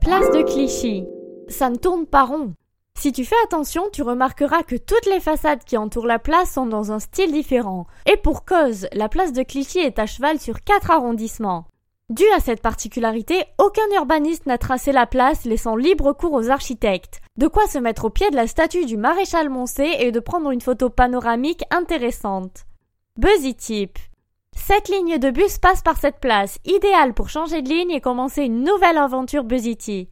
Place de Clichy. Ça ne tourne pas rond. Si tu fais attention, tu remarqueras que toutes les façades qui entourent la place sont dans un style différent. Et pour cause, la place de Clichy est à cheval sur 4 arrondissements. Dû à cette particularité, aucun urbaniste n'a tracé la place, laissant libre cours aux architectes. De quoi se mettre au pied de la statue du maréchal Moncey et de prendre une photo panoramique intéressante. BuzzyTip. 7 lignes de bus passent par cette place, idéale pour changer de ligne et commencer une nouvelle aventure BuzzyTip.